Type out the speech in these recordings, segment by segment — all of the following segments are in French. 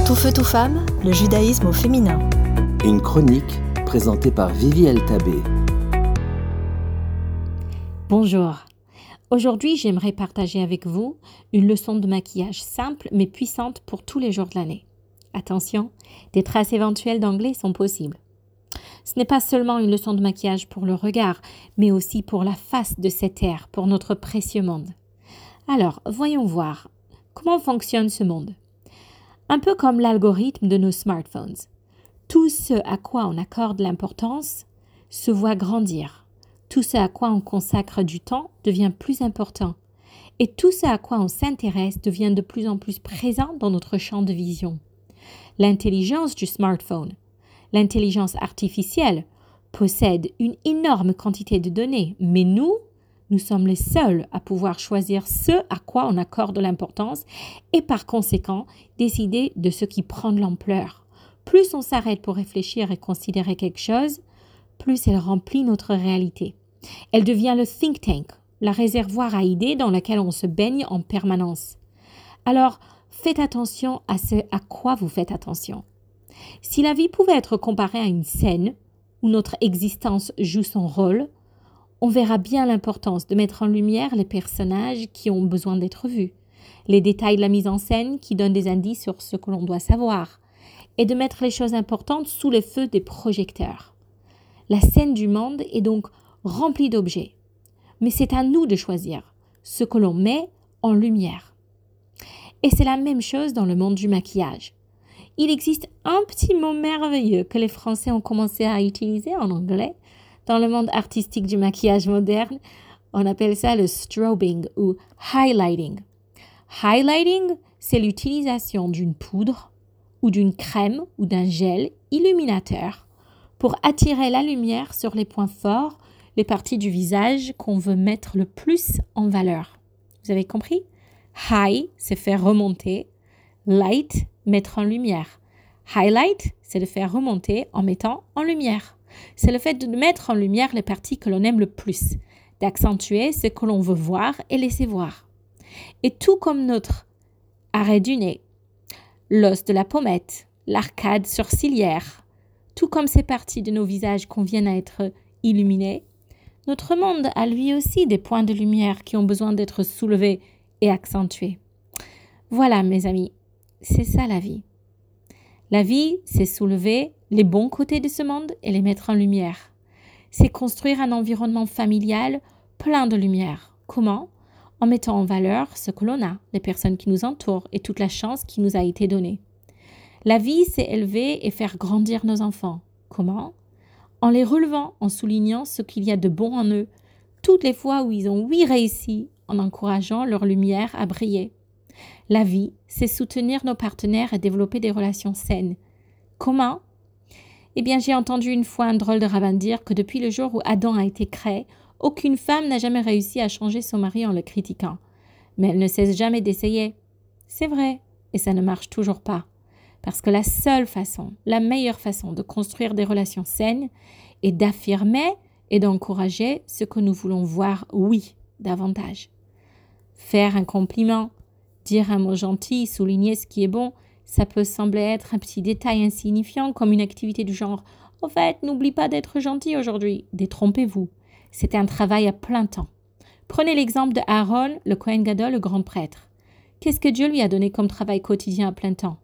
Tout feu, tout femme, le judaïsme au féminin. Une chronique présentée par Vivi El-Tabé. Bonjour. Aujourd'hui, j'aimerais partager avec vous une leçon de maquillage simple mais puissante pour tous les jours de l'année. Attention, des traces éventuelles d'anglais sont possibles. Ce n'est pas seulement une leçon de maquillage pour le regard, mais aussi pour la face de cette ère, pour notre précieux monde. Alors, voyons voir comment fonctionne ce monde. Un peu comme l'algorithme de nos smartphones. Tout ce à quoi on accorde l'importance se voit grandir. Tout ce à quoi on consacre du temps devient plus important. Et tout ce à quoi on s'intéresse devient de plus en plus présent dans notre champ de vision. L'intelligence du smartphone, l'intelligence artificielle, possède une énorme quantité de données, mais nous sommes les seuls à pouvoir choisir ce à quoi on accorde l'importance et par conséquent décider de ce qui prend de l'ampleur. Plus on s'arrête pour réfléchir et considérer quelque chose, plus elle remplit notre réalité. Elle devient le think tank, la réservoir à idées dans laquelle on se baigne en permanence. Alors, faites attention à ce à quoi vous faites attention. Si la vie pouvait être comparée à une scène où notre existence joue son rôle, on verra bien l'importance de mettre en lumière les personnages qui ont besoin d'être vus, les détails de la mise en scène qui donnent des indices sur ce que l'on doit savoir, et de mettre les choses importantes sous les feux des projecteurs. La scène du monde est donc remplie d'objets, mais c'est à nous de choisir ce que l'on met en lumière. Et c'est la même chose dans le monde du maquillage. Il existe un petit mot merveilleux que les Français ont commencé à utiliser en anglais. Dans le monde artistique du maquillage moderne, on appelle ça le strobing ou highlighting. Highlighting, c'est l'utilisation d'une poudre ou d'une crème ou d'un gel illuminateur pour attirer la lumière sur les points forts, les parties du visage qu'on veut mettre le plus en valeur. Vous avez compris? High, c'est faire remonter. Light, mettre en lumière. Highlight, c'est de faire remonter en mettant en lumière. C'est le fait de mettre en lumière les parties que l'on aime le plus, d'accentuer ce que l'on veut voir et laisser voir. Et tout comme notre arrêt du nez, l'os de la pommette, l'arcade sourcilière, tout comme ces parties de nos visages conviennent à être illuminées, notre monde a lui aussi des points de lumière qui ont besoin d'être soulevés et accentués. Voilà mes amis, c'est ça la vie. La vie, c'est soulever les bons côtés de ce monde et les mettre en lumière. C'est construire un environnement familial plein de lumière. Comment? En mettant en valeur ce que l'on a, les personnes qui nous entourent et toute la chance qui nous a été donnée. La vie, c'est élever et faire grandir nos enfants. Comment? En les relevant, en soulignant ce qu'il y a de bon en eux, toutes les fois où ils ont réussi, en encourageant leur lumière à briller. La vie, c'est soutenir nos partenaires et développer des relations saines. Comment? Eh bien, j'ai entendu une fois un drôle de rabbin dire que depuis le jour où Adam a été créé, aucune femme n'a jamais réussi à changer son mari en le critiquant. Mais elle ne cesse jamais d'essayer. C'est vrai, et ça ne marche toujours pas. Parce que la seule façon, la meilleure façon de construire des relations saines est d'affirmer et d'encourager ce que nous voulons voir, davantage. Faire un compliment, dire un mot gentil, souligner ce qui est bon, ça peut sembler être un petit détail insignifiant comme une activité du genre « Au fait, n'oublie pas d'être gentil aujourd'hui ». Détrompez-vous. C'est un travail à plein temps. Prenez l'exemple de Aaron, le Kohen Gadol, le grand prêtre. Qu'est-ce que Dieu lui a donné comme travail quotidien à plein temps?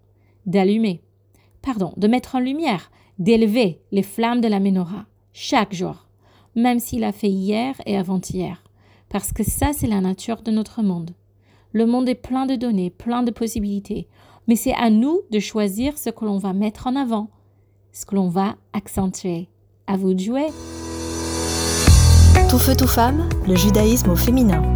De mettre en lumière, d'élever les flammes de la menorah, chaque jour, même s'il a fait hier et avant-hier. Parce que ça, c'est la nature de notre monde. Le monde est plein de données, plein de possibilités. Mais c'est à nous de choisir ce que l'on va mettre en avant, ce que l'on va accentuer. À vous de jouer. Tout feu, tout femme, le judaïsme au féminin.